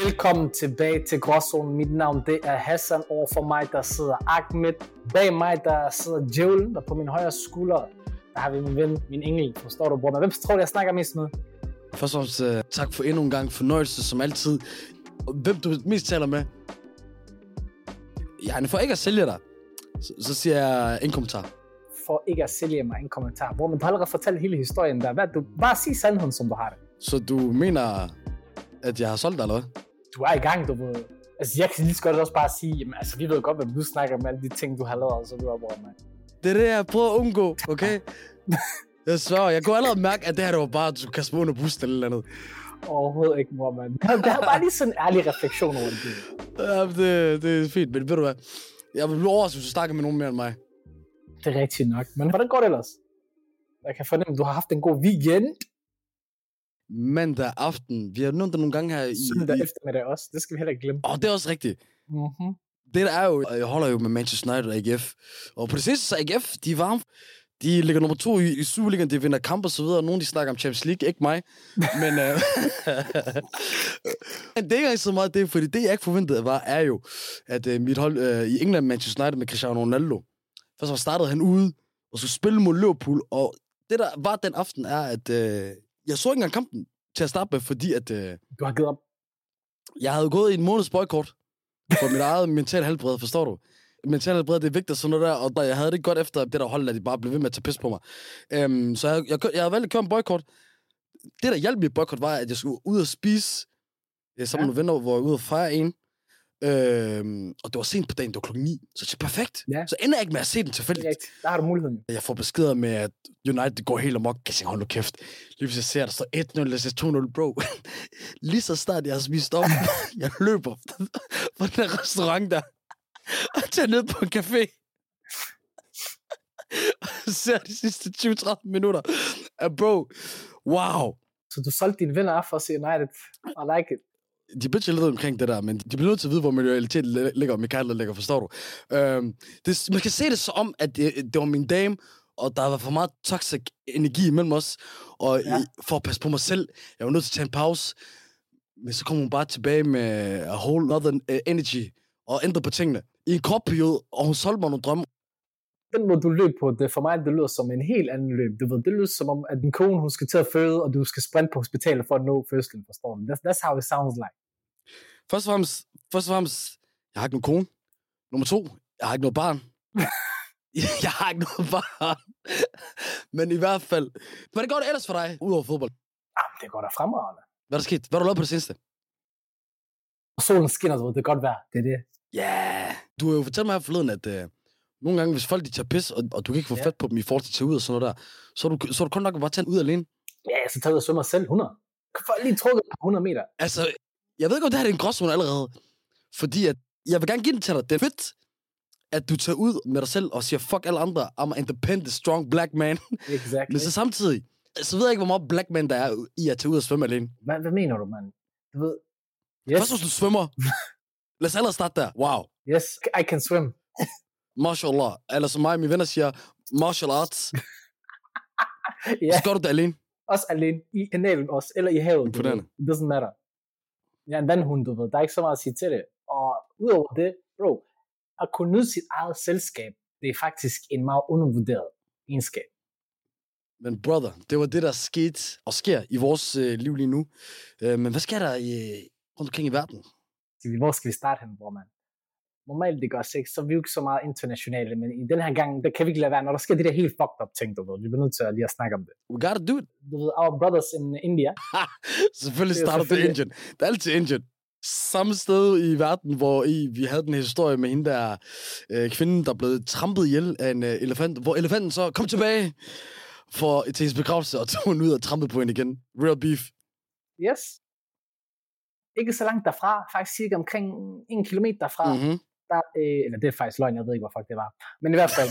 Velkommen tilbage til Gråzonen. Mit navn det er Hassan. Over for mig der sidder Ahmed. Bag mig der sidder Djævlen. Og på min højre skulder der har vi min ven, min engel. Forstår du, bror? Men hvem tror du jeg snakker mest med? Først og fremmest tak for endnu en gang fornøjelse som altid. Hvem du mest taler med? Ja, for ikke at sælge dig, så siger jeg en kommentar. For ikke at sælge mig en kommentar. Bror, men du har allerede fortalt hele historien der. Hvad? Du bare sig sandheden, som du har det. Så du mener, at jeg har solgt dig, eller hvad? Du er i gang, du ved. Altså, jeg kan lige så godt også bare sige, jamen, altså, vi ved godt, hvad du snakker med alle de ting, du har lavet, og så videre, bror, man. Det er det, jeg prøver at undgå, okay? Jeg svær, jeg kunne allerede mærke, at det her, det var bare, at du kaster mig under bussen eller andet. Overhovedet ikke, bror, man. Det har bare lige sådan en ærlig refleksion over det. Ja, det er fint, men ved du hvad? Jeg vil blive overrasket, hvis du snakker med nogen mere end mig. Det er rigtigt nok, men hvordan går det ellers? Jeg kan fornemme, at du har haft en god weekend. Mandag aften. Vi har nævnt det nogle gange her i... Søndag eftermiddag også. Det skal vi heller ikke glemme. Det er også rigtigt. Mm-hmm. Det der er jo... Jeg holder jo med Manchester United og AGF. Og på det sidste, så AGF, de er varme. De ligger nummer 2 i Superligaen. De vinder kamp og så videre. Nogle, de snakker om Champions League. Ikke mig. Men... det er ikke engang så meget det, fordi det, jeg ikke forventede, er jo, at mit hold i England, Manchester United med Cristiano Ronaldo, først så startede han ude og skulle spille mod Liverpool. Og det, der var den aften, er, at... jeg så ikke engang kampen til at starte med, fordi at... Du har givet op. Jeg havde gået i en måneds boykort for mit eget mentale helbred, forstår du? Mentale helbred, det er vigtigt sådan noget der, og jeg havde det godt efter det der hold, at de bare blev ved med at tage pis på mig. Så jeg havde valgt at køre en boykort. Det, der hjalp mig i boykort, var, at jeg skulle ud og spise sammen med venner, hvor jeg var ude og fejre en. Og det var sent på dagen, det var klokken 9, så det er perfekt. Ja. Så ender jeg ikke med at se den tilfældigt. Der har du muligheden. Jeg får beskeder med, at United går helt amok. Jeg tænker, hold nu kæft. Lige hvis jeg ser, der står 1-0, der står 2-0, bro. Lige så snart jeg har spist op, jeg løber fra den restaurant der, og tager ned på en café. Og ser de sidste 20-30 minutter. Bro, wow. Så du solgte dine venner af for at se United. I like it. De bitcher lidt omkring det der, men de bliver nødt til at vide, hvor loyalitet ligger, og min kærlighed ligger, forstår du? Man kan se det så om, at det var min dame, og der var for meget toxic energi imellem os, og for at passe på mig selv, jeg var nødt til at tage en pause, men så kom hun bare tilbage med a whole other energy, og ændrede på tingene. I en kort periode, og hun solgte mig nogle drømme. Den måde, du løb på, det for mig, det lyder som en helt anden løb. Du ved, det lyder som om, at din kone, hun skal til at føde, og du skal sprinte på hospitalet for at nå fødslen, forstår du? That's how it sounds like. Først og fremmest, jeg har ikke nogen kone. Nummer 2, jeg har ikke noget barn. Jeg har ikke noget barn. Men i hvert fald, hvad går det ellers for dig, udover fodbold? Jamen, det går da fremragende. Hvad er der sket? Hvad har du lavet på det seneste? Solen skinner, så det er godt vejr. Det er det. Ja, du har jo fortalt mig her forleden, at nogle gange, hvis folk de tager pis, og du kan ikke få fat på dem i forhold til at tage ud og sådan noget der, så er du kun nok bare tage ud alene. Ja, så tager jeg ud og svømmer selv 100. Kan folk lige trukket på 100 meter? Altså, jeg ved godt, det her er en gråzone allerede. Fordi at, jeg vil gerne give den til dig. Det er fedt, at du tager ud med dig selv og siger, fuck alle andre, I'm an independent, strong black man. Exactly. Men så samtidig, så ved jeg ikke, hvor meget black man der er i at tage ud og svømme alene. Hvad mener du, mand? Du ved... Yes. Først, hvis du svømmer. Lad os allerede starte der. Wow. Yes, I can swim. Mashallah. Eller som mig og mine venner siger, martial arts. Så gør du det alene. Også alene. I kanalen også. Eller i havet. It doesn't matter. Jeg er en vandhund, du ved. Der er ikke så meget at sige til det. Og udover det, bro, at kunne nyde sit eget selskab, det er faktisk en meget undervurderet egenskab. Men brother, det var det, der skete og sker i vores liv lige nu. Men hvad sker der rundt omkring i verden? Hvor skal vi starte hen, bror, mand? Normalt det gør sex, så er vi jo ikke så meget internationale, men i den her gang, der kan vi ikke lade være, når der sker de der helt fucked up ting, du ved. Vi bliver nødt til at lige at snakke om det. We gotta do it. Du ved, our brothers in India. Selvfølgelig starter det Indien. Det er altid Indien. Samme sted i verden, hvor vi havde den historie med hende der kvinden, der blev trampet ihjel af en elefant, hvor elefanten så kom tilbage til hendes begravelse og tog hende ud og trampede på hende igen. Real beef. Yes. Ikke så langt derfra, faktisk cirka omkring 1 kilometer derfra. Mm-hmm. Eller det er faktisk løgn, jeg ved ikke, hvor fuck det var. Men i hvert fald,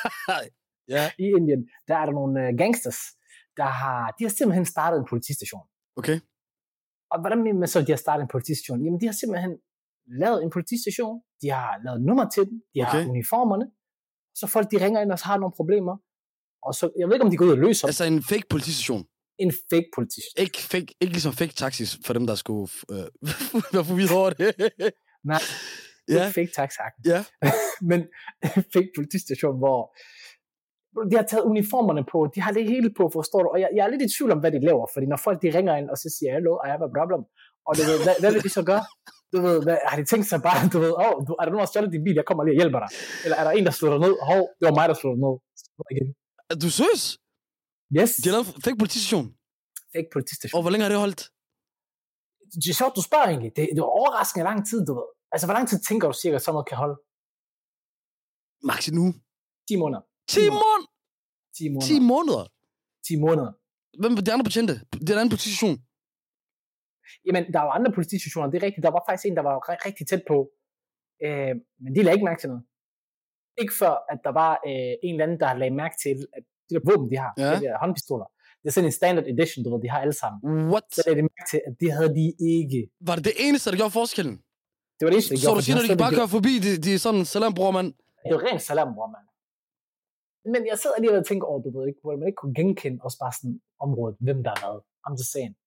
i Indien, der er der nogle gangsters, de har simpelthen startet en politistation. Okay. Og hvordan mener så, de har startet en politistation? Jamen, de har simpelthen lavet en politistation, de har lavet nummer til den, de har uniformerne, så folk de ringer ind og så har nogle problemer, og så, jeg ved ikke, om de går ud og løser. Altså en fake politistation? En fake politician. Ikke ligesom fake taxis for dem, der skulle være forvirret over det. Nej, ikke fake taxakken. Ja. Men fake politistation, hvor de har taget uniformerne på, de har det hele på, forstår du? Og jeg er lidt i tvivl om, hvad de laver, fordi når folk de ringer ind, og så siger, hallo, I have a problem, og du ved, hvad vil de så gøre? Du ved, har de tænkt sig bare, du ved, er der nogen, der stjålet din bil, jeg kommer lige og hjælper dig? Eller er der en, der slår dig ned? Det var mig, der slog dig ned. Du synes? Yes. De har lavet fake politistation? Fake politistation. Og hvor længe har det holdt? Det er sjovt, du spørger egentlig. Det var overraskende lang tid, du ved. Altså, hvor lang tid tænker du cirka, sådan noget kan holde? Max nu? 10 måneder. 10 måneder? 10 måneder. 10 måneder? 10 måneder. Hvem var de andre betjente? Det er en anden politistation. Jamen, der var andre politistationer, det er rigtigt. Der var faktisk en, der var rigtig tæt på. Men de lagde ikke mærke til noget. Ikke før, at der var en eller anden, der lagde mærke til, at de der våben, de har, de der håndpistoler, det er sådan en standard edition, du ved, de har alle sammen. What? Så lagde de mærke til, at det havde de ikke. Var det det eneste, der gjorde forskellen? Det var det eneste, der gjorde. Så du siger, når de bare kører forbi, de er sådan, salam, bror, mand? Det var rent salam, bror, mand. Men jeg sidder alligevel og tænker over, du ved ikke, hvor man ikke kunne genkende også bare sådan området, hvem der er hvad. I'm just saying.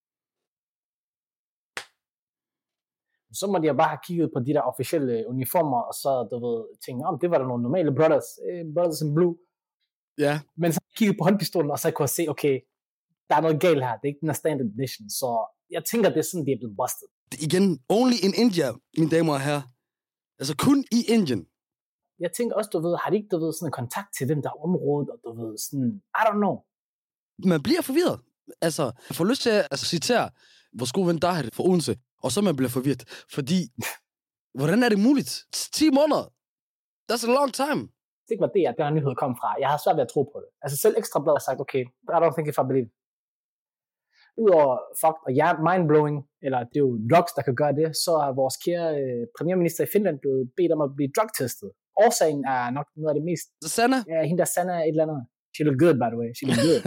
Så må de jo bare have kigget på de der officielle uniformer, og så, du ved, tænkt, det var der nogle normale brothers in blue. Ja. Men så kiggede på håndpistolen, og så kunne jeg se, okay, der er noget galt her, det er ikke den her standard edition, så jeg tænker, det er sådan, de er blevet busted. Igen, only in India, mine damer og herrer. Altså kun i Indien. Jeg tænker også, du ved, har de ikke, du ved, sådan en kontakt til hvem der er området, og du ved, sådan, I don't know. Man bliver forvirret. Altså, jeg får lyst til at citere vores gode ven Dahed fra Odense, og så man bliver forvirret. Fordi, hvordan er det muligt? 10 måneder? That's a long time. Det ikke var det, at den her nyhed kom fra. Jeg har svært ved at tro på det. Altså selv Ekstrabladet har sagt, okay, I don't think if I believe. Udover fuck og mindblowing, eller det er jo drugs, der kan gøre det, så er vores kære premierminister i Finland blevet bedt om at blive drugtestet. Årsagen er nok noget af det mest... Sanna? Ja, hende der Sanna et eller andet. She look good, by the way. She look good.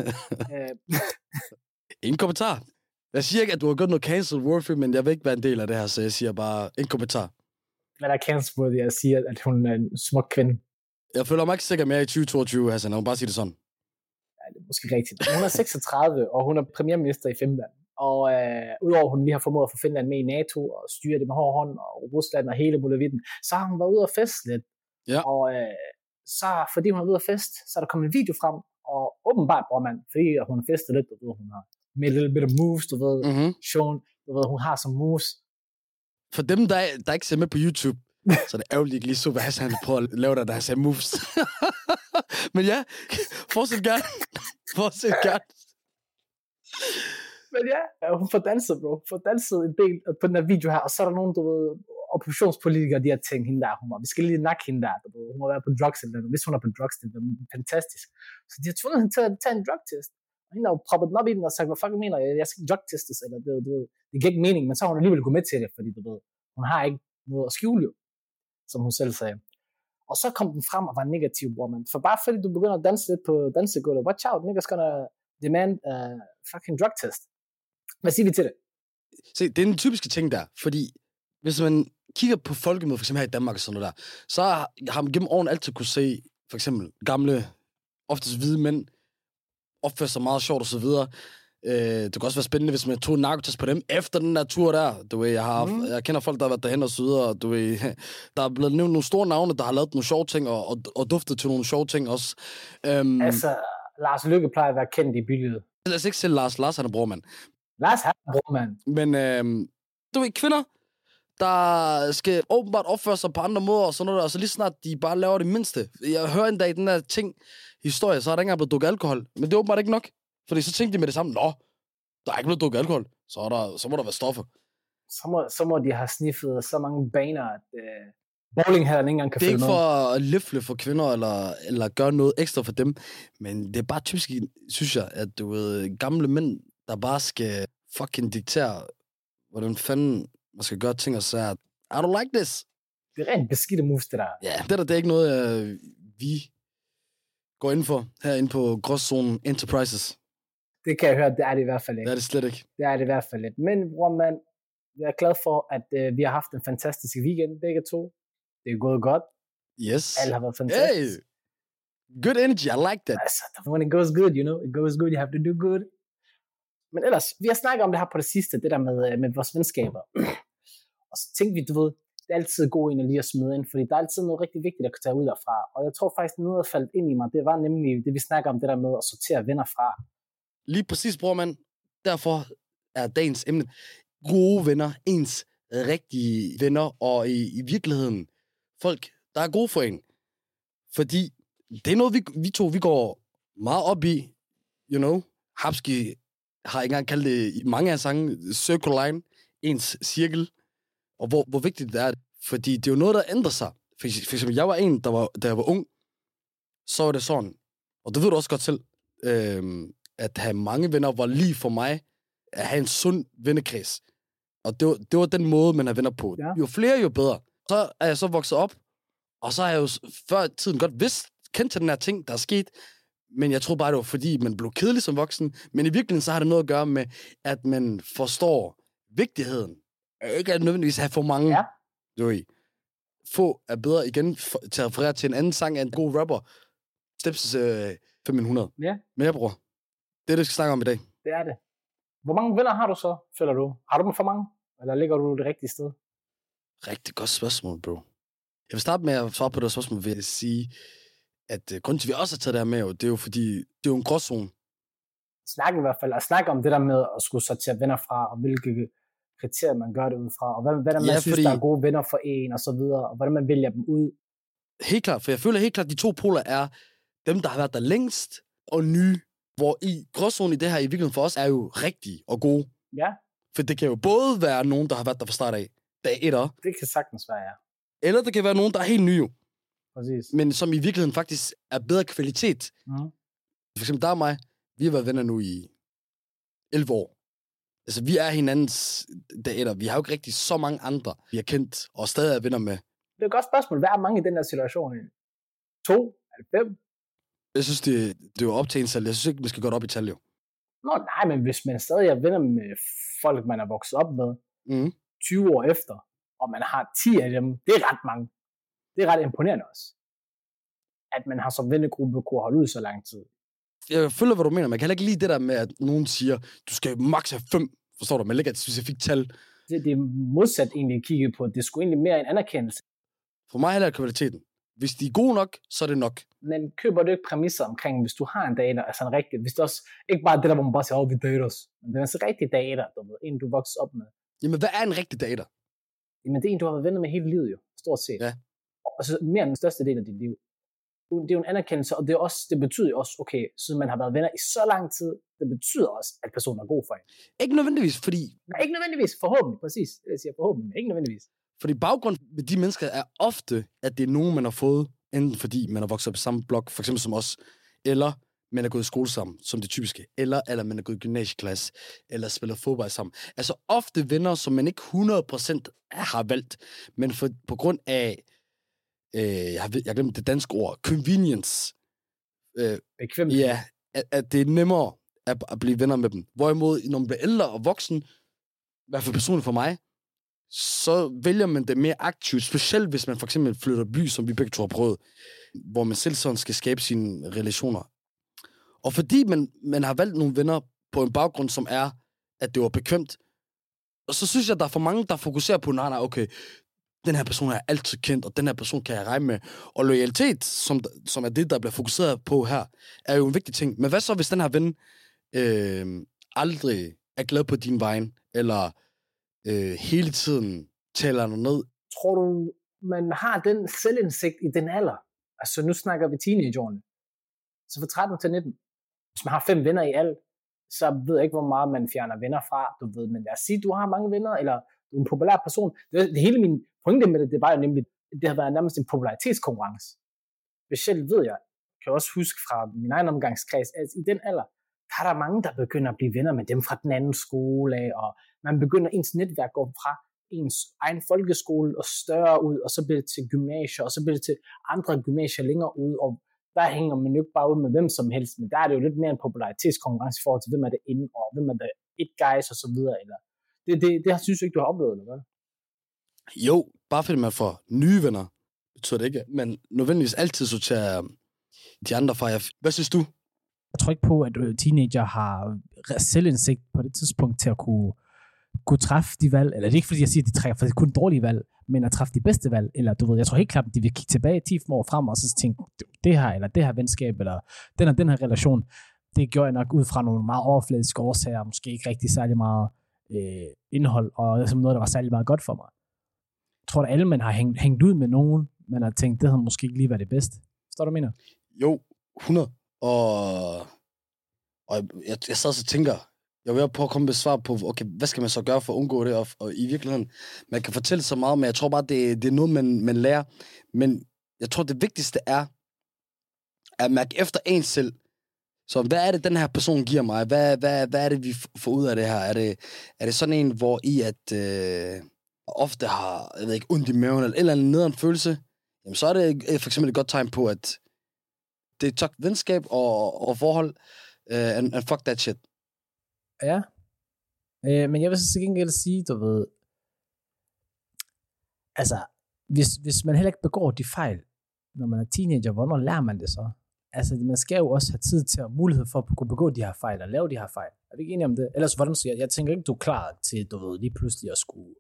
Ingen kommentar. Jeg siger ikke, at du har gjort noget cancel worthy, men jeg vil ikke være en del af det her, så jeg siger bare en kommentar. Hvad der er cancel worthy, jeg siger, at hun er en smuk kvinde. Jeg føler mig ikke sikker mere i 2022, Hassan. Jeg må bare sige det sådan. Ja, det er måske rigtigt. Hun er 36, og hun er premierminister i Finland. Og udover at hun lige har formået at få Finland med i NATO, og styre det med hård hånd, og Rusland og hele muligheden, så har hun været ude at feste lidt. Ja. Og så fordi hun er ude at feste, så er der kommet en video frem, og åbenbart, bror mand, fordi hun har festet lidt, du ved, hun har med a little bit of moves, du ved, shown, du ved, hun har som moves. For dem, der ikke ser med på YouTube, så det er ærgerligt ikke lige så, hvad Hassan prøver at lave der ser moves. Men ja, fortsæt gerne. Men ja, hun får danset, bro. Får danset en del på den her video her, og så er der nogen, du ved, oppositionspolitikere, de har tænkt hende der, vi skal lige nakke hende der, hun må være på drugs eller noget. Hvis hun er på drugs, det er fantastisk. Så de har tvunget hende til at tage en drugtest. Og hende har jo proppet den op i den og sagt, hvad fuck mener jeg? Jeg skal drugtestes, eller det giver ikke mening, men så har hun alligevel gået med til det, fordi du ved, hun har ikke noget at skjule jo, som hun selv sagde. Og så kom den frem og var negativ, bror, man. For bare fordi du begynder at danse lidt på dansegulvet, watch out, niggas gonna demand a fucking drug test. Hvad siger vi til det? Se, det er den typiske ting der, fordi hvis man kigger på folkemødet, for eksempel her i Danmark og sådan noget der, så har man gennem årene altid kunne se, for eksempel gamle, oftest hvide mænd, opfører sig meget sjovt og så videre. Det kunne også være spændende, hvis man tog en narkotest på dem efter den der tur der. Du ved, jeg kender folk, der har været derhen og så videre, og du ved, der er blevet nævnt nogle store navne, der har lavet nogle sjove ting, og duftet til nogle sjove ting også. Altså, Lars Løkke plejer at være kendt i bylivet. Lad os ikke selv Lars han er brormand. Lars han er brormand. Men, du ved, kvinder, der skal åbenbart opføre sig på andre måder og sådan noget, og så lige snart de bare laver det mindste. Jeg hører en dag i den der historie, så er der ikke engang blevet drukket alkohol. Men det er åbenbart ikke nok. Fordi så tænkte de med det samme, der er ikke blevet drukket alkohol, så må der være stoffer. Så må de have sniffet så mange baner, at bowlinghallerne ikke engang kan følge med. Det er ikke for at løfle for kvinder, eller gøre noget ekstra for dem, men det er bare typisk, synes jeg, at du ved, gamle mænd, der bare skal fucking diktere, hvordan fanden man skal gøre ting og sager. I don't like this. Det er rent beskidte moves, det der. Ja, det er ikke noget, vi går ind for, herinde på Gråzonen Enterprises. Det kan jeg høre, det er det i hvert fald ikke. Det er det slet ikke. Det er det i hvert fald ikke. Men bror man, jeg er glad for, at vi har haft en fantastisk weekend, begge to. Det er gået godt. Yes. Alt har været fantastisk. Hey. Good energy, I like that. Altså, when it goes good, you know, it goes good, you have to do good. Men ellers, vi har snakket om det her på det sidste, det der med vores venskaber. Og så tænkte vi, du ved, det er altid god en lige at smide ind, fordi der er altid noget rigtig vigtigt, der kan tage ud derfra. Og jeg tror faktisk, noget der faldt ind i mig, det var nemlig det, vi snakker om, det der med at sortere venner fra. Lige præcis, bror, mand. Derfor er dagens emne gode venner, ens rigtige venner, og i virkeligheden folk, der er gode for en. Fordi det er noget, vi går meget op i, you know. Hapski har ikke engang kaldt det i mange af sange, circle line, ens cirkel, og hvor vigtigt det er. Fordi det er jo noget, der ændrer sig. For eksempel, jeg var en, da jeg var ung, så var det sådan, og det ved du også godt selv, at have mange venner var lige for mig, at have en sund vennekreds. Og det var den måde, man har venner på. Ja. Jo flere, jo bedre. Så er jeg så vokset op, og så har jeg jo før tiden godt kendt til den her ting, der er sket, men jeg tror bare, det var fordi, man blev kedelig som voksen. Men i virkeligheden, så har det noget at gøre med, at man forstår vigtigheden. Ikke at nødvendigvis have for mange. Ja. Få er bedre igen til at referere til en anden sang af en god rapper. Steps 500. Ja. Men jeg bror, det er det, vi skal snakke om i dag. Det er det. Hvor mange venner har du så, føler du? Har du dem for mange? Eller ligger du det rigtige sted? Rigtig godt spørgsmål, bro. Jeg vil starte med at svare på det spørgsmål ved at sige, at grunden til, at vi også har taget det her med, det er jo fordi, det er jo en gråzone. Snakke i hvert fald, og snakke om det der med at skulle sortere venner fra, og hvilke kriterier man gør det ud fra, og hvad man synes, der er gode venner for en, og så videre, og hvordan man vælger dem ud. Helt klart, for jeg føler helt klart, at de to poler er dem, der har været der længst, og nye, hvor i gråzonen i det her i virkeligheden for os er jo rigtige og gode. Ja. For det kan jo både være nogen, der har været der fra start af, dag etter. Det kan sagtens være, ja. Eller det kan være nogen, der er helt nye. Præcis. Men som i virkeligheden faktisk er bedre kvalitet. For eksempel der og mig, vi har været venner nu i 11 år. Altså, vi er hinandens dater. Vi har jo ikke rigtig så mange andre, vi har kendt og stadig er venner med. Det er et godt spørgsmål. Hvad er mange i den her situation? 2 eller 5? Jeg synes, det er jo op til en selv. Jeg synes ikke, man skal gå op i tal, jo. Nå, nej, men hvis man stadig er venner med folk, man er vokset op med, 20 år efter, og man har 10 af dem, det er ret mange. Det er ret imponerende også. At man har som vennegruppe kunne holde ud så lang tid. Jeg føler, hvad du mener. Man kan ikke lide det der med, at nogen siger, du skal maks have 5. Forstår du? Man lægger et specifikt tal. Det er modsat egentlig kigget på. Det er sgu egentlig mere en anerkendelse. For mig er det kvaliteten. Hvis de er gode nok, så er det nok. Men køber du ikke præmisser omkring, hvis du har en dater, altså en rigtig, hvis det også, ikke bare det der, hvor man bare siger, vi dater os. Men det er altså en rigtig dater, du ved, en du vokser op med. Jamen, hvad er en rigtig dater? Jamen, det er en, du har været venner med hele livet jo, stort set. Ja. Og så mere end den største del af dit liv. Det er jo en anerkendelse, og det betyder jo også, okay, så man har været venner i så lang tid, det betyder også, at personen er god for en. Ikke nødvendigvis, fordi... Nej, ikke nødvendigvis, forhåbentlig, præcis. Jeg siger forhåbentlig, men ikke nødvendigvis. Fordi baggrund med de mennesker er ofte, at det er nogen, man har fået, enten fordi man har vokset op i samme blok, for eksempel som os, eller man er gået i skole sammen, som det typiske, eller man er gået i gymnasieklasse, eller spillet fodbold sammen. Altså ofte venner, som man ikke 100% har valgt, men på grund af, jeg glemte det danske ord, convenience. Ja, at det er nemmere at blive venner med dem. Hvorimod, når man bliver ældre og voksen, i hvert fald personligt for mig, så vælger man det mere aktivt, specielt hvis man for eksempel flytter by, som vi begge to har prøvet, hvor man selv sådan skal skabe sine relationer. Og fordi man har valgt nogle venner på en baggrund, som er, at det var bekvemt, og så synes jeg, at der er for mange, der fokuserer på, nej, okay, den her person er altid kendt, og den her person kan jeg regne med. Og loyalitet, som er det, der bliver fokuseret på her, er jo en vigtig ting. Men hvad så, hvis den her ven aldrig er glad på din vejen, eller hele tiden taler noget ned? Tror du, man har den selvindsigt i den alder? Altså, nu snakker vi teenageårene. Så fra 13 til 19. Hvis man har 5 venner i alt, så ved jeg ikke, hvor meget man fjerner venner fra. Du ved, men lad os sige, du har mange venner, eller du er en populær person. Det hele min pointe med det var jo nemlig, det har været nærmest en popularitetskonkurrence. Specielt ved jeg, kan jeg også huske fra min egen omgangskreds, at i den alder, der er der mange, der begynder at blive venner med dem fra den anden skole af, og man begynder ens netværk går fra ens egen folkeskole og større ud, og så bliver det til gymnasier, og så bliver det til andre gymnasier længere ud, og der hænger man jo ikke bare ud med hvem som helst, men der er det jo lidt mere en popularitetskonkurrence i forhold til, hvem er det inde, og hvem er det et guys, og så videre, eller det synes jeg ikke, du har oplevet, eller hvad? Jo, bare fordi man får nye venner, betyder det ikke, men nødvendigvis altid sorterer de andre fra jer. Hvad synes du? Jeg tror ikke på, at teenager har selvindsigt på det tidspunkt til at kunne træffe de valg, eller det er ikke fordi, jeg siger, at de træffer kun dårlige valg, men at træffe de bedste valg, eller du ved, jeg tror helt klart, at de vil kigge tilbage 10 år frem, og så tænke, det her, eller det her venskab, eller den her relation, det gjorde jeg nok ud fra nogle meget overfladiske årsager, måske ikke rigtig særlig meget indhold, og som noget, der var særlig meget godt for mig. Jeg tror, at alle man har hængt ud med nogen, man har tænkt, det havde måske ikke lige været det bedste. Forstår du, mener? Jo, 100. Og jeg sad så tænker, jeg vil prøve at komme med svar på, okay, hvad skal man så gøre for at undgå det? Og i virkeligheden, man kan fortælle så meget, men jeg tror bare, det er noget, man lærer. Men jeg tror, det vigtigste er at mærke efter en selv. Så hvad er det, den her person giver mig? Hvad er det, vi får ud af det her? Er det sådan en, hvor I ofte har, jeg ved ikke, ondt i maven, eller en eller anden nederen følelse? Jamen, så er det for eksempel et godt tegn på, at det er togt venskab og forhold, and fuck that shit. Ja. Men jeg vil så til gengæld sige, du ved, altså, hvis man heller ikke begår de fejl, når man er teenager, hvornår lærer man det så? Altså, man skal jo også have tid til og mulighed for at kunne begå de her fejl, og lave de her fejl. Er vi ikke enige om det? Ellers, hvordan skal jeg tænker ikke, du er klar til, du ved, lige pludselig at skulle,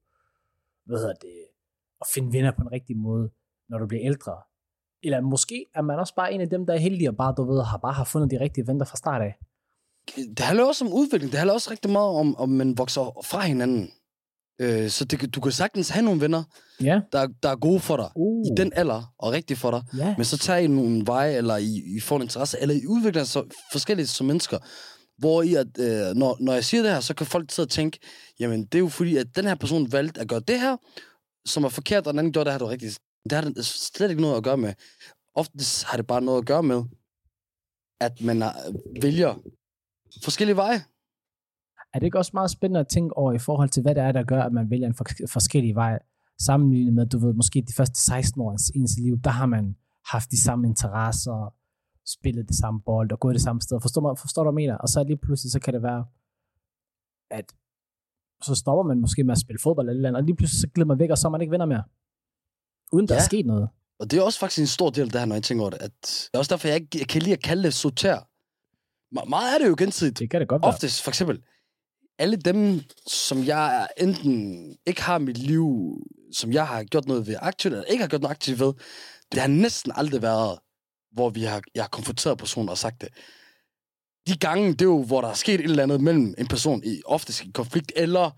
at finde venner på en rigtig måde, når du bliver ældre. Eller måske er man også bare en af dem, der er heldige, og bare, du ved, har fundet de rigtige venner fra start af. Det handler også om udvikling. Det handler også rigtig meget om man vokser fra hinanden. Så du kan sagtens have nogle venner, der er gode for dig i den alder, og rigtigt for dig. Yeah. Men så tager I nogle veje, eller I får en interesse, eller I udvikler så forskelligt som mennesker. Hvor I, når jeg siger det her, så kan folk sidde og tænke, jamen det er jo fordi, at den her person valgte at gøre det her, som er forkert, og den anden gjorde det her, der er rigtigt. Det har det slet ikke noget at gøre med. Ofte har det bare noget at gøre med, at man vælger forskellige veje. Er det ikke også meget spændende at tænke over i forhold til, hvad det er, der gør, at man vælger en forskellig vej, sammenlignet med, du ved, måske de første 16 år i ens liv, der har man haft de samme interesser, spillet det samme bold og gået det samme sted. Forstår du, hvad jeg mener? Og så lige pludselig, så kan det være, at så stopper man måske med at spille fodbold eller andet, og lige pludselig så glider man væk, og så er man ikke venner mere. Uden der er sket noget. Og det er også faktisk en stor del af det her, når jeg tænker over det. At det er også derfor, jeg kan lide at kalde det solitær. Meget er det jo gensidigt. Det kan det godt være. Oftest, for eksempel, alle dem, som jeg enten ikke har mit liv, som jeg har gjort noget ved aktivt, eller ikke har gjort noget aktivt ved, det har næsten aldrig været, hvor jeg har konfronteret personen og sagt det. De gange, det er jo, hvor der er sket et eller andet mellem en person i oftest i konflikt, eller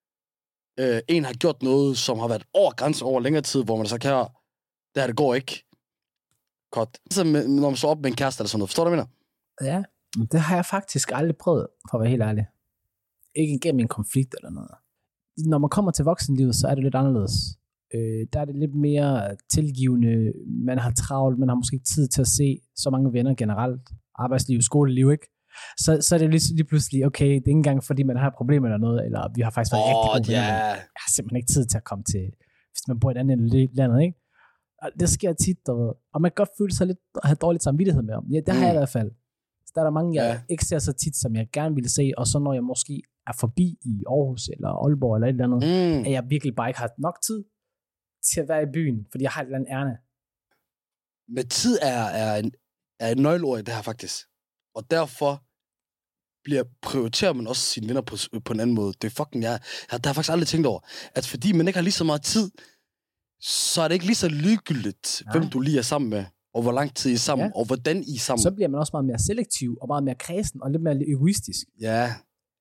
en har gjort noget, som har været over grænsen over længere tid, hvor man så kan, det går ikke. Godt. Så når man så op med en kæreste eller sådan noget. Forstår du, hvad jeg mener? Ja, det har jeg faktisk aldrig prøvet, for at være helt ærlig. Ikke gennem en konflikt eller noget. Når man kommer til voksenlivet, så er det lidt anderledes. Der er det lidt mere tilgivende. Man har travlt, man har måske ikke tid til at se så mange venner generelt. Arbejdsliv, skoleliv, ikke? Så er det lige pludselig, okay, det er ikke engang, fordi man har et problem eller noget, eller vi har faktisk været rigtig gode venner. Jeg har simpelthen ikke tid til at komme til, hvis man bor i et andet landet, ikke? Og det sker tit, og man kan godt føle sig lidt at have dårligt samvittighed med om. Ja, det har jeg i hvert fald. Så der er der mange, jeg ikke ser så tit, som jeg gerne ville se, og så når jeg måske er forbi i Aarhus eller Aalborg eller et eller andet, at jeg virkelig bare ikke har nok tid til at være i byen, fordi jeg har et eller andet ærne. Men tid er et nøgleord i det her faktisk. Og derfor prioriterer man også sine venner på en anden måde. Det er fucking, der har jeg faktisk aldrig tænkt over, at fordi man ikke har lige så meget tid, så er det ikke lige så ligegyldigt, hvem du lige er sammen med, og hvor lang tid I er sammen, og hvordan I er sammen. Så bliver man også meget mere selektiv, og meget mere kredsen, og lidt mere egoistisk. Ja.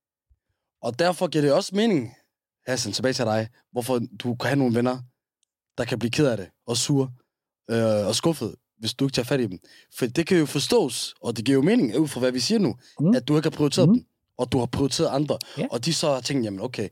Og derfor giver det også mening, Hassan, tilbage til dig, hvorfor du kan have nogle venner, der kan blive ked af det, og sure, og skuffet, hvis du ikke tager fat i dem. For det kan jo forstås, og det giver jo mening, ud fra hvad vi siger nu, at du ikke har prioriteret dem, og du har prioriteret andre, og de så har tænkt, jamen okay,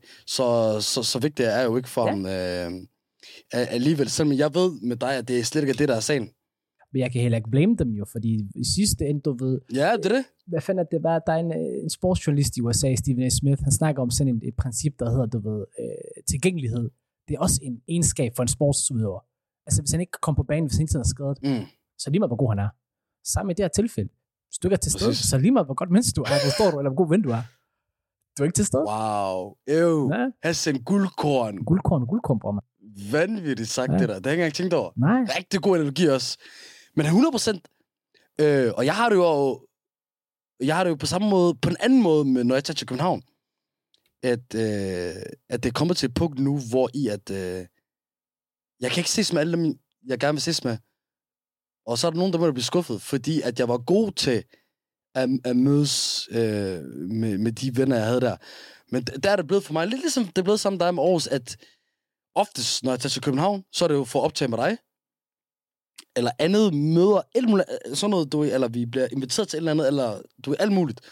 så vigtigt er jo ikke for ham alligevel, selvom jeg ved med dig, at det slet ikke er det, der er sagen. Men jeg kan heller ikke blame dem jo, fordi i sidste ende, du ved... Ja, det er det. Hvad fanden det var? Der er en sportsjournalist i USA, Stephen A. Smith, han snakker om sådan et princip, der hedder, du ved, tilgængelighed. Det er også en egenskab for en sportsudøver. Altså, hvis han ikke kan komme på banen, hvis han ikke er skadet, så lige meget, hvor god han er. Sammen i det her tilfælde, hvis du ikke er til stede, så lige meget, hvor godt menneske du er, forstår du, eller hvor god ven du er. Du er ikke til stede. Wow. Hassan, guldkorn. Guldkorn, bror, man. Vanvittigt sagt, det der. Det har jeg ikke engang tænkt over. Nej. Rigtig god energi også. Men 100%. Og jeg har det jo jeg har det jo på samme måde, på en anden måde, når jeg tager til København, at det er kommet til et punkt nu, hvor jeg kan ikke ses med alle dem, jeg gerne vil ses med. Og så er der nogen, der må blive skuffet, fordi at jeg var god til at mødes med de venner, jeg havde der. Men der er det blevet for mig, lidt ligesom det er blevet sammen med dig med Aarhus, at oftest, når jeg tager til København, så er det jo for at optage med dig, eller andet møder, sådan noget, eller vi bliver inviteret til et eller andet, eller alt muligt.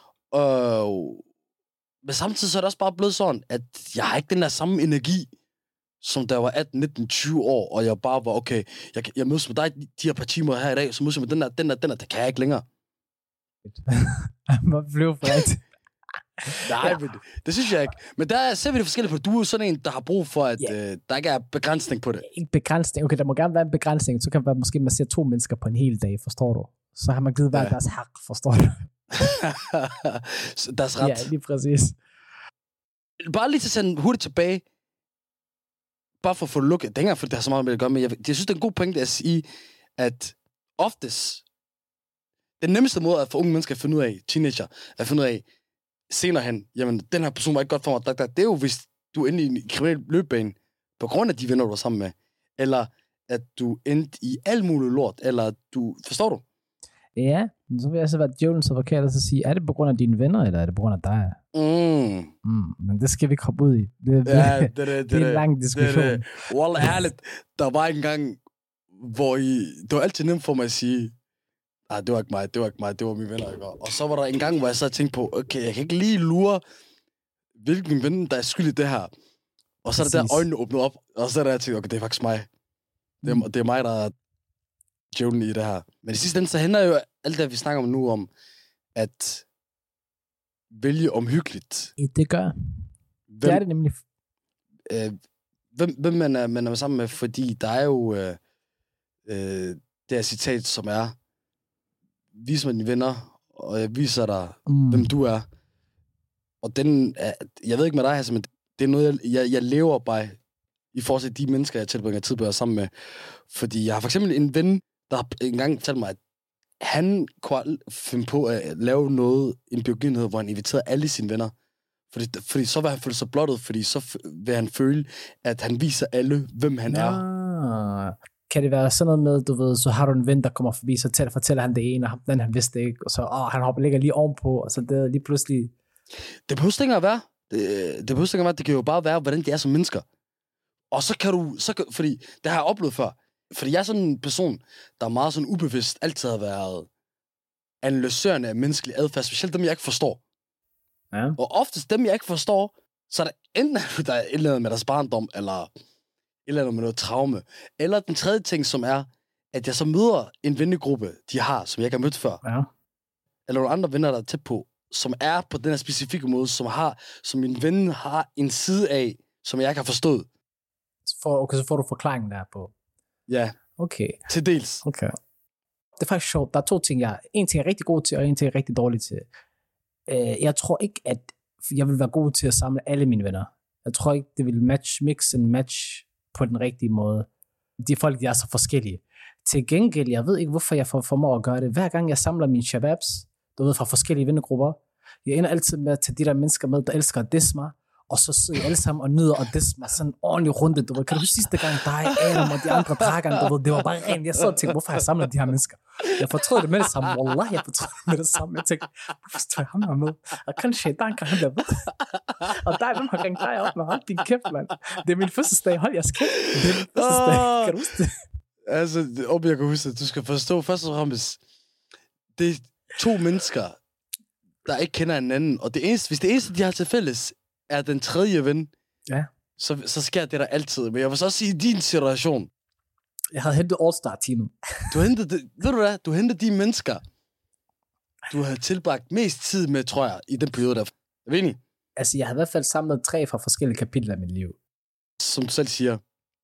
Men samtidig så er det også bare blevet sådan, at jeg har ikke den der samme energi, som da jeg var 18, 19, 20 år, og jeg bare var, okay, jeg mødes med dig de her par timer her i dag, så mødes jeg med den der, det kan jeg ikke længere. Man blev frækt. Nej, ja. Men det synes jeg ikke. Men der ser vi det forskelligt på. Du er jo sådan en, der har brug for, at der ikke er begrænsning på det. Ikke begrænsning. Okay, der må gerne være en begrænsning. Så kan man måske se 2 mennesker på en hel dag, forstår du? Så har man givet hver deres hak, forstår du? Deres ret. Ja, lige præcis. Bare lige til at sende hurtigt tilbage. Bare for at få det lukket. Det er ikke engang, for det har så meget med det at gøre, men jeg synes, det er en god pointe at sige, at oftest, den nemmeste måde at få unge mennesker at finde ud af, teenager, at finde ud af, senere hen, jamen, den her person var ikke godt for mig, det er jo, hvis du endte i en kriminel løbbane, på grund af de venner, du var sammen med, eller at du endte i alt muligt lort, eller du, forstår du? Ja, så vil jeg så være djævelens advokat og så sige, er det på grund af dine venner, eller er det på grund af dig? Men det skal vi ikke hoppe ud i. Det er en lang diskussion. Wallah, ærligt, der var en gang, hvor det var altid nemt for mig at sige, det var ikke mig, det var mine venner, ikke? Og så var der en gang, hvor jeg så tænkte på, okay, jeg kan ikke lige lure, hvilken ven, der er skyld i det her. Og så er der øjnene åbnet op, og så er der, jeg tænkte, okay, det er faktisk mig. Det er mig, der er djævlen i det her. Men i sidste ende, så hænder jo alt det, vi snakker om nu, om at vælge omhyggeligt. Det gør. Det er det nemlig. Hvem man er sammen med, fordi der er jo det her citat, som er, vis mig dine venner, og jeg viser dig, hvem du er. Og den er, jeg ved ikke med dig, altså, men det er noget, jeg lever bare i forhold til de mennesker, jeg tilbringer tid på at være sammen med. Fordi jeg har for eksempel en ven, der har engang fortalt mig, at han kunne finde på at lave en begivenhed, hvor han inviterede alle sine venner. Fordi så vil han føle sig blottet, fordi så vil han føle, at han viser alle, hvem han er. Kan det være sådan noget med, du ved, så har du en ven, der kommer forbi, så fortæller han det ene, og den han vidste ikke, og så han ligger lige ovenpå, og så det er lige pludselig... Det behøver ikke at være. Det kan jo bare være, hvordan de er som mennesker. Og så kan du... fordi det har jeg oplevet før. Fordi jeg er sådan en person, der er meget sådan ubevidst, altid har været analysørende af menneskelig adfærd, specielt dem, jeg ikke forstår. Ja. Og oftest dem, jeg ikke forstår, så er der enten der er et eller andet med deres barndom, eller et eller andet med noget traume. Eller den tredje ting, som er, at jeg så møder en vennegruppe, de har, som jeg ikke har mødt før. Ja. Eller nogle andre venner, der er tæt på, som er på den her specifikke måde, som min ven har en side af, som jeg ikke har forstået. Så får du forklaringen der på. Ja. Okay. Til dels. Okay. Det er faktisk sjovt. Der er 2 ting, en ting er rigtig god til, og en ting er rigtig dårlig til. Jeg tror ikke, at jeg vil være god til at samle alle mine venner. Jeg tror ikke, det vil mix and match på den rigtige måde. De folk, de er så forskellige. Til gengæld, jeg ved ikke, hvorfor jeg formår at gøre det. Hver gang jeg samler mine shababs, du ved, fra forskellige vennegrupper, jeg ender altid med at tage de der mennesker med, der elsker at disse mig, og så sidder jeg alle sammen og nyder at disse mig sådan en ordentlig runde, du ved. Kan du huske sidste gang, dig, Adam og de andre drakkerne, du ved, det var bare rent. Jeg så og tænkte, hvorfor har jeg samlet de her mennesker? Jeg fortrød det med det samme. Wallah, jeg fortrød det med det samme. Jeg tænkte, hvorfor står jeg ham her med? Og kanskje Dan kan han blive ved. Og dig, hvem har ringet dig op med? Hold din kæft, mand. Det er min fødselsdag. Hold jeres kæft. Det er min fødselsdag. Kan du huske det? Altså, jeg kan huske det. Du skal forstå først og fremmest, det er 2 mennesker, der ikke kender hinanden. Og hvis det eneste, de har til fælles, er den tredje ven, ja, så sker det der altid. Men jeg vil så også sige, i din situation... Jeg havde hentet All-Star-teamet. Ved du hentede de mennesker, du havde tilbragt mest tid med, tror jeg, i den periode der. Er vi enige? Altså, jeg har i hvert fald samlet 3 fra forskellige kapitler af mit liv. Som du selv siger,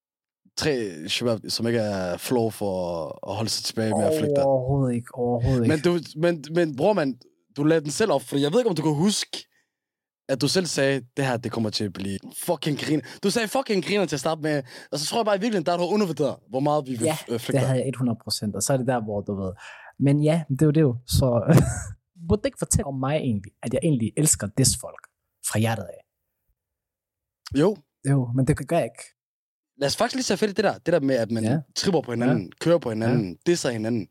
3 shabab, som ikke er flow for at holde sig tilbage med at flygte. Overhovedet ikke. Men bror, man, du lavede den selv op, for jeg ved ikke, om du kan huske, at du selv sagde, det her, det kommer til at blive fucking griner. Du sagde fucking griner til at starte med, og så tror jeg bare i virkeligheden, der har du undervurderet, hvor meget vi vil flygte. Ja, det havde jeg 100%, og så er det der, hvor du ved. Men ja, det er jo det jo, så... burde ikke fortælle om mig egentlig, at jeg egentlig elsker folk fra hjertet af? Jo, men det gør jeg ikke. Lad os faktisk lige tage fedt i det der med, at man tripper på hinanden, kører på hinanden, disser hinanden.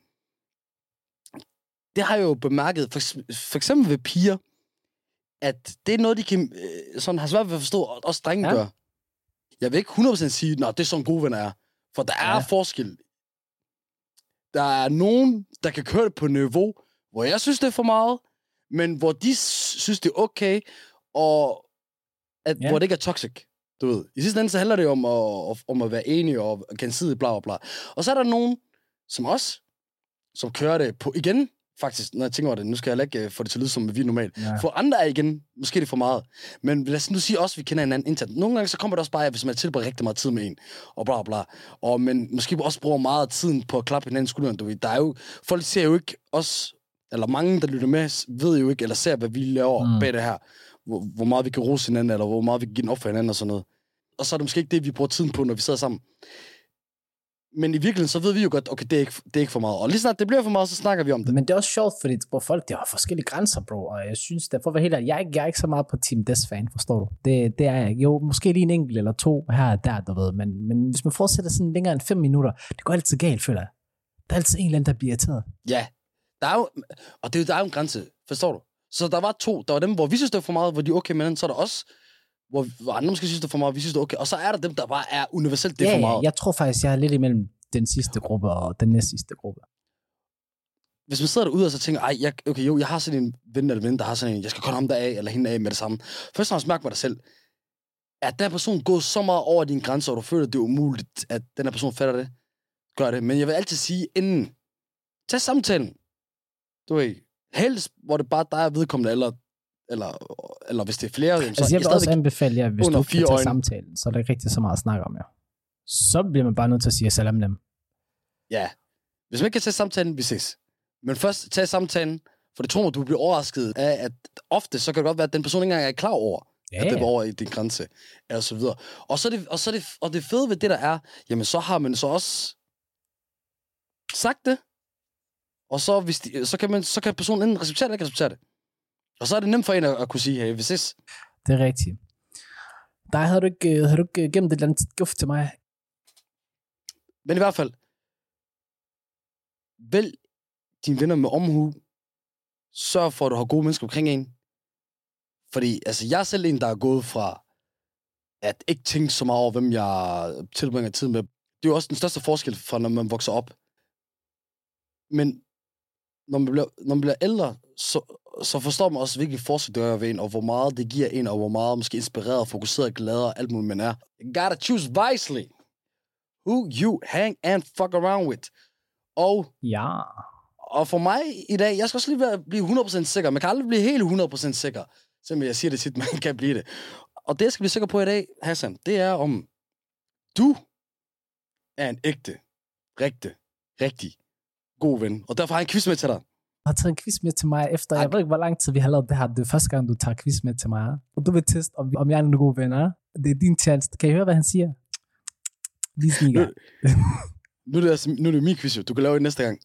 Det har jeg jo bemærket, for eksempel ved piger, at det er noget, de kan sådan har svært ved at forstå, og også drenge gør. Jeg vil ikke 100% sige, at det er sådan gode venner er. For der er forskel. Der er nogen, der kan køre det på niveau, hvor jeg synes, det er for meget, men hvor de synes, det er okay, og hvor det ikke er toxic. Du ved. I sidste ende, så handler det om at være enige og gensidigt, bla bla bla. Og så er der nogen, som kører det på igen, faktisk, når jeg tænker over det. Nu skal jeg ikke få det til at lyde, som vi er normalt. Ja. For andre er igen, måske det er for meget. Men lad os nu sige også, at vi kender hinanden internt. Nogle gange så kommer det også bare, hvis man tilbringer rigtig meget tid med en, og bla bla. Og men måske også bruger meget af tiden på at klappe hinanden skulderen, du ved. Der er jo, folk ser jo ikke os, eller mange, der lytter med, ved jo ikke, eller ser, hvad vi laver bag det her. Hvor meget vi kan rose hinanden, eller hvor meget vi kan give den op for hinanden og sådan noget. Og så er det måske ikke det, vi bruger tiden på, når vi sidder sammen. Men i virkeligheden, så ved vi jo godt, okay, det er ikke for meget. Og lige snart det bliver for meget, så snakker vi om det. Men det er også sjovt, fordi folk, de har forskellige grænser, bro. Og jeg synes, derfor var helt jeg er ikke så meget på Team Des-fan, forstår du? Det er jeg ikke. Jo, måske lige en enkelt eller to her og der, du ved. Men hvis man fortsætter sådan længere end 5 minutter, det går altid galt, føler jeg. Der er altid en eller anden, der bliver irriteret. Ja, der er jo, og der er jo en grænse, forstår du? Så der var 2, der var dem, hvor vi synes, det var for meget, hvor de er okay med den. Så er der også, hvor andre måske synes, det er for meget, vi synes, det er okay. Og så er der dem, der bare er universelt, det er for meget. Jeg tror faktisk, jeg er lidt imellem den sidste gruppe og den næst sidste gruppe. Hvis man sidder derude og så tænker, jeg har sådan en ven eller ven, der har sådan en, jeg skal komme ham der af, eller hende af med det samme. Først og fremmest mærk mig dig selv. Er den person gået så meget over dine grænser, og du føler, at det er umuligt, at den her person fatter det? Gør det. Men jeg vil altid sige, inden, tag samtalen. Du ved, helst, hvor det bare dig er vedkommende, eller hvis det er flere. Altså, jeg vil også anbefale jer, hvis du kan tage samtalen, så er der ikke rigtig så meget at snakke om jer. Så bliver man bare nødt til at sige salam dem. Ja. Hvis man ikke kan tage samtalen, vi ses. Men først tage samtalen, for det tror mig, du bliver overrasket af, at ofte så kan det godt være, at den person ikke engang er klar over, at det var over i din grænse, og så videre. Og det fede ved det, der er, jamen så har man så også sagt det, og så kan personen enten respektere det, eller ikke respektere det. Og så er det nemt for en at kunne sige, hey, vi ses. Det er rigtigt. Der havde du ikke gemt et eller andet gift til mig. Men i hvert fald, vælg dine venner med omhu. Sørg for, at du har gode mennesker omkring en. Fordi altså, jeg er selv en, der er gået fra at ikke tænke så meget over, hvem jeg tilbringer tid med. Det er jo også den største forskel fra, når man vokser op. Men når man bliver ældre, så forstår man også, hvilken forskel det gør ved en, og hvor meget det giver en, og hvor meget måske inspireret, fokuseret, glad og alt muligt man er. You gotta choose wisely who you hang and fuck around with. Og for mig i dag, jeg skal også lige blive 100% sikker. Man kan aldrig blive helt 100% sikker, selvom jeg siger det tit, man kan blive det. Og det, jeg skal blive sikker på i dag, Hassan, det er, om du er en ægte, rigtig god ven. Og derfor har jeg en quiz med til dig. Jeg har taget en quiz med til mig efter, jeg ved ikke, hvor lang tid vi har lavet det her. Det er første gang, du tager quiz med til mig. Og du vil teste, om jeg er en god ven. Det er din chance. Kan I høre, hvad han siger? Lige snikker. Nu er det min quiz, du kan lave det næste gang.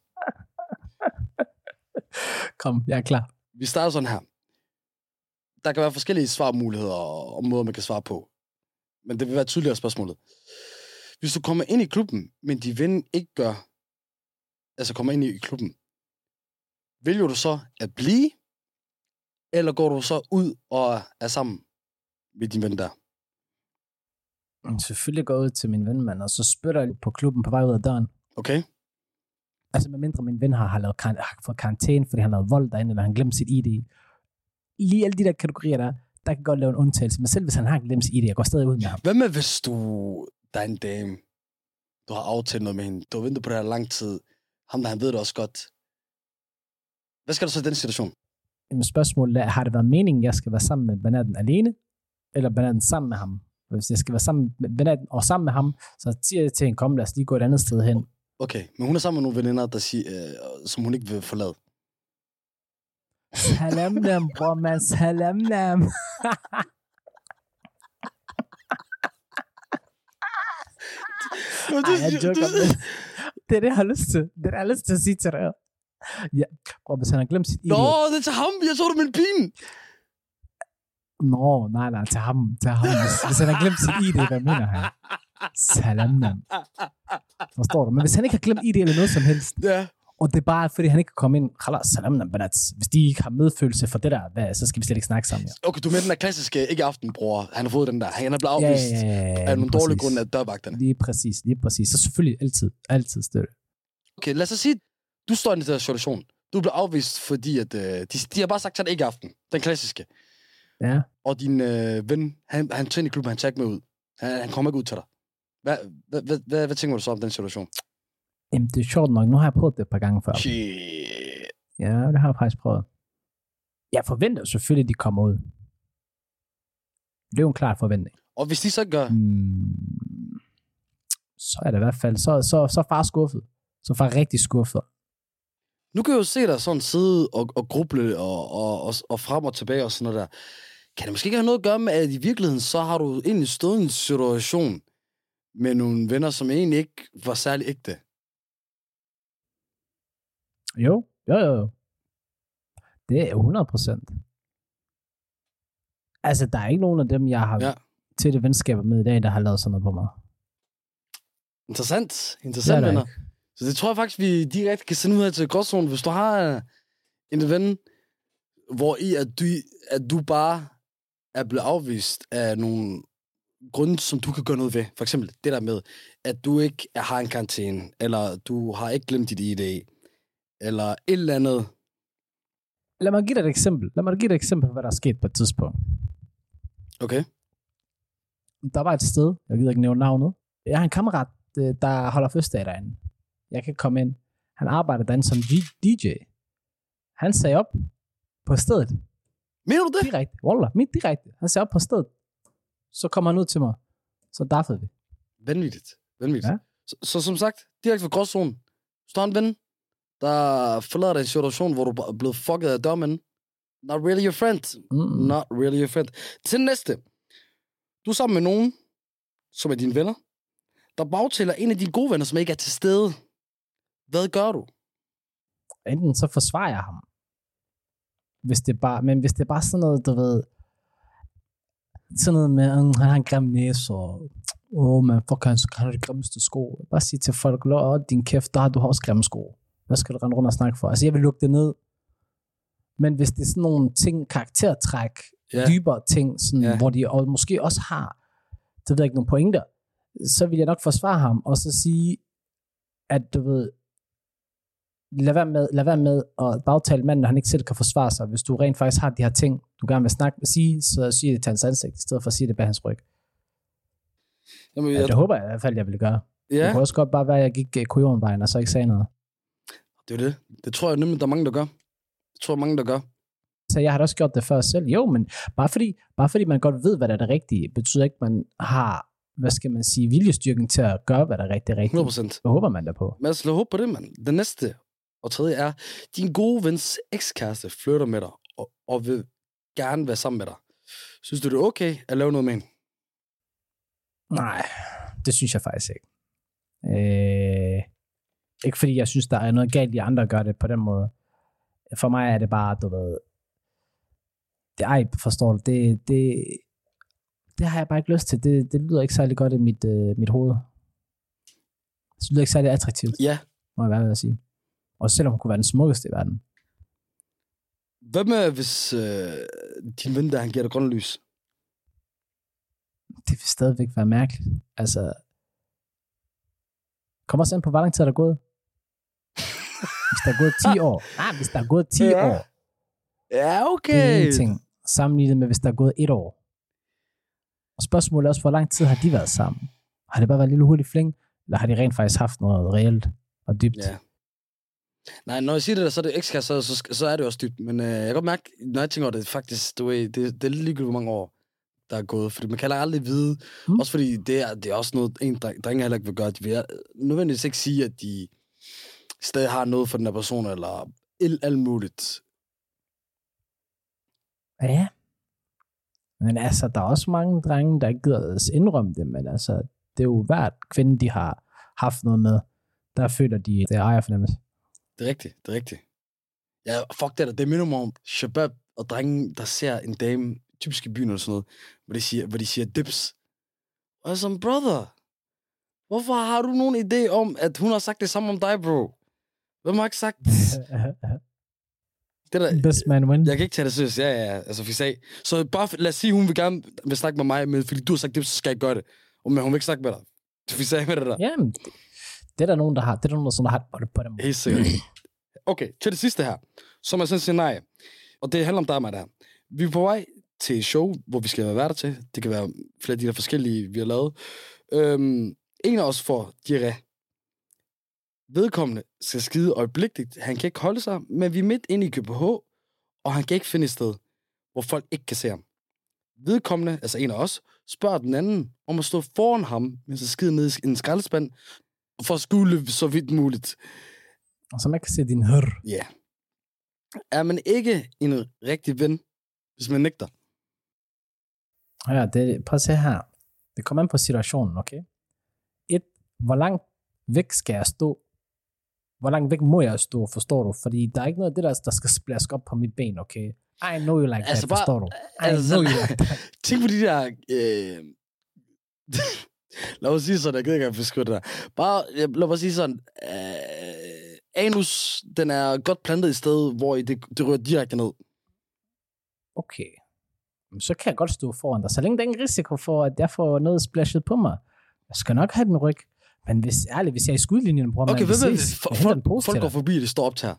Kom, jeg er klar. Vi starter sådan her. Der kan være forskellige svarmuligheder og måder, man kan svare på. Men det vil være tydeligere spørgsmålet. Hvis du kommer ind i klubben, men din ven ikke gør, altså kommer ind i klubben, vælger du så at blive, eller går du så ud og er sammen med din ven der? Selvfølgelig går jeg ud til min ven, mand, og så spytter jeg på klubben på vej ud af døren. Okay. Altså medmindre min ven har fået karantæne, fordi han har lavet vold derinde, eller han glemt sit ID. Lige alle de der kategorier der kan godt lave en undtagelse, men selv hvis han har glemt sit ID, jeg går stadig ud med ham. Hvad med hvis der er en dame, du har aftalt noget med hende, du har ventet på det her lang tid, ham der, han ved det også godt. Hvad skal du så i den situation? Jamen spørgsmålet er, har det været meningen, jeg skal være sammen med Banaten alene, eller Banaten sammen med ham? Hvis jeg skal være sammen med Banaten og sammen med ham, så siger jeg til hende, kom, lad os lige gå et andet sted hen. Okay, men hun er sammen med nogle veninder, der siger, som hun ikke vil forlade. Salam nam, bror man, salam nam. Jeg joker med. Det er det, jeg har lyst til. Det er det, jeg har lyst til at sige til dig. Ja. Og hvis han har glemt sit ID... Nå, det er til ham. Jeg så det med en pin. Nå, nej, til ham. Hvis han har glemt sit ID, hvad mener han? Salamnam. Forstår du? Men hvis han ikke har glemt ID eller noget som helst, ja. Og det er bare, fordi han ikke kan komme ind, salamnam, hvis de ikke har medfølelse for det der, så skal vi slet ikke snakke sammen. Ja. Okay, du med den der klassiske, ikke aftenbror. Han har fået den der. Han er blevet afvist af nogle dårlige grunde af dørvagterne. Lige præcis. Så selvfølgelig altid støtte. Okay, lad os sige, du står i den der situation. Du bliver afvist, fordi at, de har bare sagt, at han ikke aften. Den klassiske. Ja. Og din ven, han træner i klubben, han tager ikke med ud. Han kommer ikke ud til dig. Hvad tænker du så om den situation? Jamen, det er sjovt nok. Nu har jeg prøvet det et par gange før. Shit. Ja, det har jeg faktisk prøvet. Jeg forventer selvfølgelig, at de kommer ud. Det er jo en klar forventning. Og hvis de så gør? Så er det i hvert fald, så er far skuffet. Så er far rigtig skuffet. Nu kan jeg jo se dig sådan sidde og gruble og frem og tilbage og sådan noget der. Kan det måske ikke have noget at gøre med, at i virkeligheden, så har du egentlig stået i en situation med nogle venner, som egentlig ikke var særlig ægte? Jo. Det er 100%. Altså, der er ikke nogen af dem, jeg har til det venskaber med i dag, der har lavet sådan noget på mig. Interessant, venner. Ikke. Så det tror jeg faktisk, vi direkte kan sende ud af til gråzonen. Hvis du har en ven, hvor i at du bare er blevet afvist af nogle grunde, som du kan gøre noget ved. For eksempel det der med, at du ikke har en karantæne, eller du har ikke glemt dit ID, eller et eller andet. Lad mig give dig et eksempel på, hvad der er sket på et tidspunkt. Okay. Der var et sted, jeg gider ikke nævne navnet. Jeg har en kammerat, der holder fødselsdag derinde. Jeg kan komme ind. Han arbejder derinde som DJ. Han sagde op på stedet. Mener du det? Direkte. Wallah, direkte. Han sagde op på stedet. Så kommer han ud til mig. Så daffede vi. Vanvittigt. Ja. Så som sagt, direkte fra gråzonen. Står en ven, der forlader dig i en situation, hvor du er blevet fucket af dørmanden. Not really your friend. Not really your friend. Til næste. Du er sammen med nogen, som er dine venner, der bagtæller en af dine gode venner, som ikke er til stede. Hvad gør du? Enten så forsvarer jeg ham. Hvis det er bare sådan noget, du ved, sådan noget med, han har en grim næse, og man fuck, han har de grimmeste sko. Bare sige til folk, din kæft, du har også grimme sko. Hvad skal du rende rundt og snakke for? Altså, jeg vil lukke det ned. Men hvis det er sådan nogle ting, karaktertræk, dybere ting, sådan, hvor de måske også har, det ved jeg ikke, nogle pointer, så vil jeg nok forsvare ham, og så sige, at du ved, lad være med at bagtale manden, når han ikke selv kan forsvare sig. Hvis du rent faktisk har de her ting, du gerne vil sige, så sig det til hans ansigt, i stedet for at sige det bag hans ryg. Jamen, det håber jeg i hvert fald, jeg vil gøre. Det kunne også godt bare være, at jeg gik kujonvejen, og så ikke sagde noget. Det er det. Det tror jeg nemlig, der er mange, der gør. Så jeg har da også gjort det før selv. Jo, men bare fordi man godt ved, hvad der er det rigtige, betyder ikke, at man har, hvad skal man sige, viljestyrken til at gøre, hvad der er rigtigt. 100%. Hvad håber man der på? Men lad os håbe på det, mand. Den næste og tredje er, din gode vens ekskæreste flytter med dig, og vil gerne være sammen med dig. Synes du, det er okay at lave noget med hende? Nej, det synes jeg faktisk ikke. Ikke fordi jeg synes, der er noget galt i andre, der gør det på den måde. For mig er det bare, du ved, forstår du, det har jeg bare ikke lyst til. Det lyder ikke særlig godt i mit hoved. Det lyder ikke særlig attraktivt. Ja. Må jeg være ved at sige. Og selvom hun kunne være den smukkeste i verden. Hvad med, hvis din ven der, han giver dig grønne lys? Det vil stadigvæk være mærkeligt. Altså, kommer også an på, hvor lang tid er der gået. Hvis der er gået 10 år. Nej, hvis der er gået 10 år. Ja, okay. Det er ingenting sammenlignet med, hvis der er gået 1 år. Og spørgsmålet er også, hvor lang tid har de været sammen? Har det bare været en lille hurtig fling? Eller har de rent faktisk haft noget reelt og dybt? Ja. Nej, når jeg siger det der, så er det ekskæreste, så er det også dybt. Men jeg kan godt mærke, når jeg tænker over det, faktisk, det er lidt ligegyldigt, hvor mange år der er gået. Fordi man kan aldrig vide. Også fordi det er også noget, en drenge heller ikke vil gøre. De vil nødvendigvis ikke sige, at de stadig har noget for den her person, eller alt muligt. Ja. Men altså, der er også mange drenge, der ikke gider at indrømme det, men altså, det er jo hvert kvinde, de har haft noget med, der føler de, det er ejerfornemmelse. Det er rigtigt. Ja, fuck det der. Det minder mig om shabab og drenge, der ser en dame, typisk i byen eller sådan noget, hvor de siger dips. Og som brother, hvorfor har du nogen idé om, at hun har sagt det samme om dig, bro? Hvem har ikke sagt det der? Best man win. Jeg kan ikke tage det seriøst. Ja. Altså, for sag. Så bare lad os sige, hun vil snakke med mig, men fordi du har sagt det, så skal jeg gøre det. Men hun vil ikke snakke med dig. Vi sagde med det der. Jamen, det er der nogen, der har. Det er der nogen, der har på dem. Helt sikkert. Okay, til det sidste her. Som er sådan et scenarie. Og det handler om dig og mig der. Vi er på vej til et show, hvor vi skal være værter til. Det kan være flere af de der forskellige, vi har lavet. En af os får diarré. Vedkommende skal skide øjeblikkeligt. Han kan ikke holde sig, men vi er midt inde i KPH, og han kan ikke finde et sted, hvor folk ikke kan se ham. Vedkommende, altså en af os, spørger den anden om at stå foran ham, mens han skider ned i en skraldespand, for at skjule så vidt muligt. Og så man kan se din hør. Ja. Yeah. Er man ikke en rigtig ven, hvis man nægter? Ja, prøv at se her. Det kommer an på situationen, okay? Hvor langt væk skal jeg stå? Hvor langt væk må jeg stå, forstår du? Fordi der er ikke noget af det, der skal splaske op på mit ben, okay? I know you like that, forstår du? I know you like that. Tænk på de der... lad mig sige sådan, jeg gider ikke at beskytte dig. Bare, lad mig sige sådan... anus, den er godt plantet i sted, hvor det rører direkte ned. Okay. Så kan jeg godt stå foran dig. Så længe der er ingen risiko for, at jeg får noget splashet på mig. Jeg skal nok have den ryg. Men hvis jeg er i skudlinjen, bror, okay, folk går forbi, det står op til her.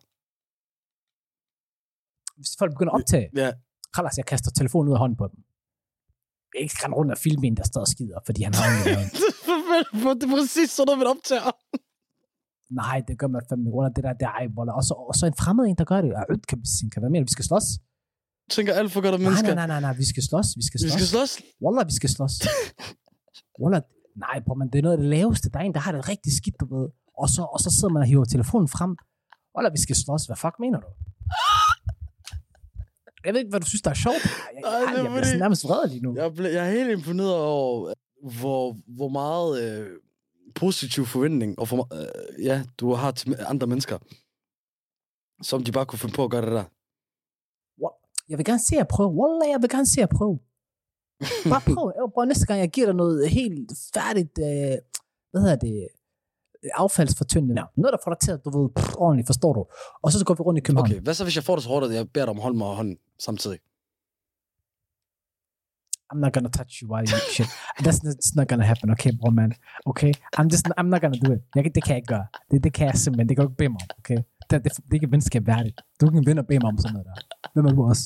Hvis folk begynder at optage, Khalas, jeg kaster telefonen ud af hånden på dem. Jeg ikke rende rundt og filme en, der står og skider, fordi han har en. Det er præcis sådan noget, man optager. Nej, det gør man fandme grund af det der boller. Og så en fremmed en, der gør det. Kan være mere, vi skal slås. Tænker alt for godt om mennesker. Nej, vi skal slås. Wallah, vi skal slås. Wallah, nej, bror, men det er noget af det laveste. Der er en, der har det rigtig skidt, du ved. Og så sidder man og hiver telefonen frem. Wallah, vi skal slås. Hvad fuck mener du? Jeg ved ikke, hvad du synes, der er sjovt. Jeg bliver nærmest vred lige nu. Jeg er helt imponeret over, hvor meget positiv forventning og du har til andre mennesker, som de bare kunne finde på at gøre det der. Jeg vil gerne se jer prøve. Wallah, jeg vil gerne se jer prøve. Bare prøv. Næste gang, jeg giver dig noget helt færdigt, affaldsfortyndende. Noget, der får dig til at, du ved, ordentligt, forstår du. Og så går vi rundt i København. Okay, hvad så, hvis jeg får det så hårdt, at jeg beder dig om at holde mig og hånden samtidig? I'm not gonna touch you while you shit. That's not gonna happen, okay, bro, man. Okay? I'm not gonna do it. Det kan jeg ikke gøre. Det kan jeg simpelthen. Det kan du ikke bede mig om, okay? Det er ikke venskab værdigt. Du kan vinde og bede mig om sådan noget der. Hvem er du også?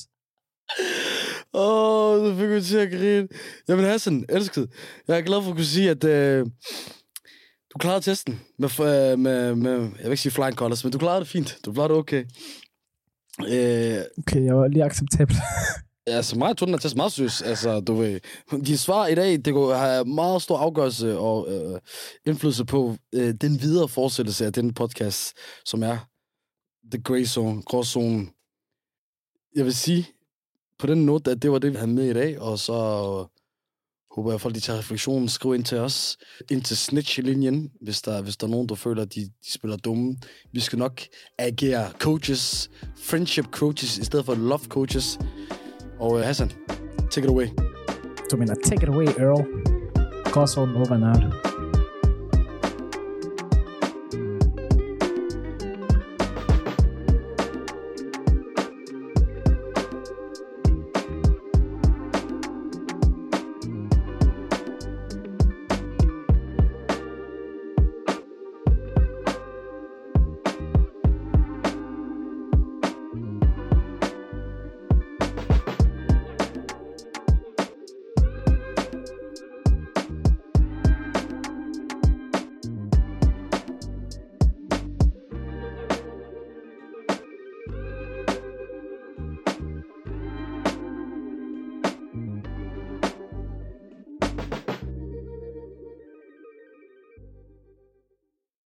Så fik vi til at grine. Jamen Hassan, elsket. Jeg er glad for at kunne sige, at du klarede testen med jeg vil ikke sige flying colors, men du klarede det fint. Du klarede det okay. Okay, jeg var lige acceptabel. Ja, så meget tog den her test meget seriøst. Altså, du ved, de svar i dag, det kunne have meget stor afgørelse og indflydelse på den videre fortsættelse af den podcast, som er The Grey Zone, gråzonen. Jeg vil sige på den note, at det var det, vi havde med i dag, og så håber jeg, at folk de tager refleksionen, skriv ind til os, ind til Snitch-linjen, hvis der er nogen, der føler, at de spiller dumme. Vi skal nok agere coaches, friendship coaches, i stedet for love coaches. Og Hassan, take it away. Du mener, take it away, Earl. Gråzonen over and out.